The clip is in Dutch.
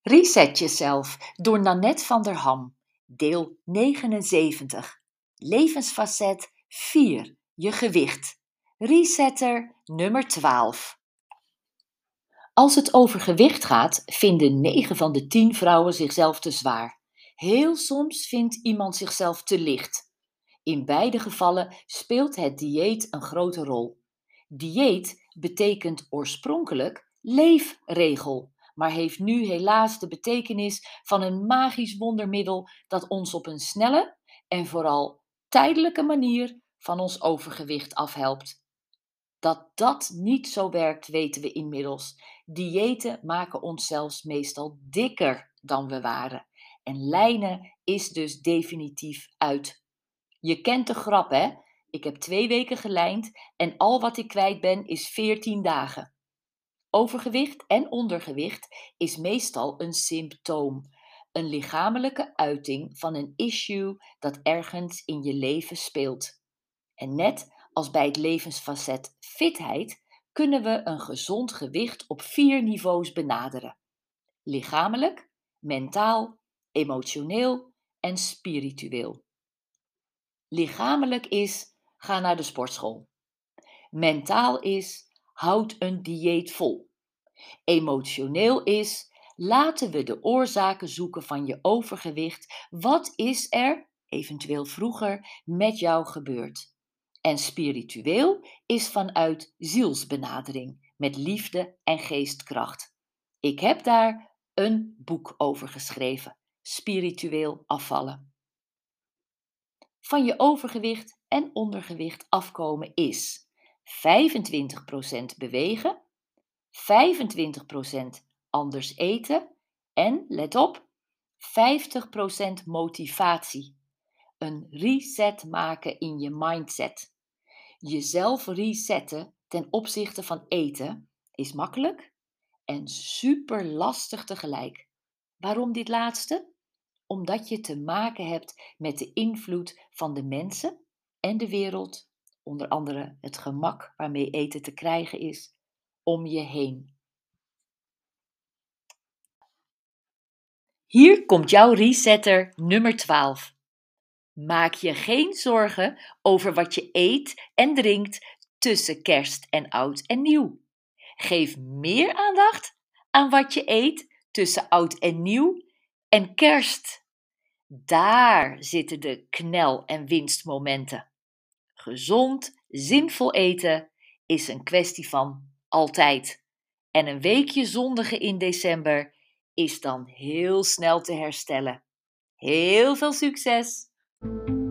Reset jezelf door Nanette van der Ham. Deel 79. Levensfacet 4. Je gewicht. Resetter nummer 12. Als het over gewicht gaat, vinden 9 van de 10 vrouwen zichzelf te zwaar. Heel soms vindt iemand zichzelf te licht. In beide gevallen speelt het dieet een grote rol. Dieet betekent oorspronkelijk leefregel, maar heeft nu helaas de betekenis van een magisch wondermiddel dat ons op een snelle en vooral tijdelijke manier van ons overgewicht afhelpt. Dat dat niet zo werkt, weten we inmiddels. Diëten maken ons zelfs meestal dikker dan we waren. En lijnen is dus definitief uit. Je kent de grap, hè? Ik heb 2 weken gelijnd en al wat ik kwijt ben is 14 dagen. Overgewicht en ondergewicht is meestal een symptoom. Een lichamelijke uiting van een issue dat ergens in je leven speelt. En net als bij het levensfacet fitheid kunnen we een gezond gewicht op 4 niveaus benaderen: lichamelijk, mentaal, emotioneel en spiritueel. Lichamelijk is: ga naar de sportschool. Mentaal is: houd een dieet vol. Emotioneel is: laten we de oorzaken zoeken van je overgewicht. Wat is er, eventueel vroeger, met jou gebeurd? En spiritueel is vanuit zielsbenadering, met liefde en geestkracht. Ik heb daar een boek over geschreven: Spiritueel afvallen. Van je overgewicht en ondergewicht afkomen is 25% bewegen, 25% anders eten en, let op, 50% motivatie. Een reset maken in je mindset. Jezelf resetten ten opzichte van eten is makkelijk en super lastig tegelijk. Waarom dit laatste? Omdat je te maken hebt met de invloed van de mensen en de wereld, onder andere het gemak waarmee eten te krijgen is, om je heen. Hier komt jouw resetter nummer 12. Maak je geen zorgen over wat je eet en drinkt tussen kerst en oud en nieuw. Geef meer aandacht aan wat je eet tussen oud en nieuw en kerst. Daar zitten de knel- en winstmomenten. Gezond, zinvol eten is een kwestie van altijd. En een weekje zondigen in december is dan heel snel te herstellen. Heel veel succes!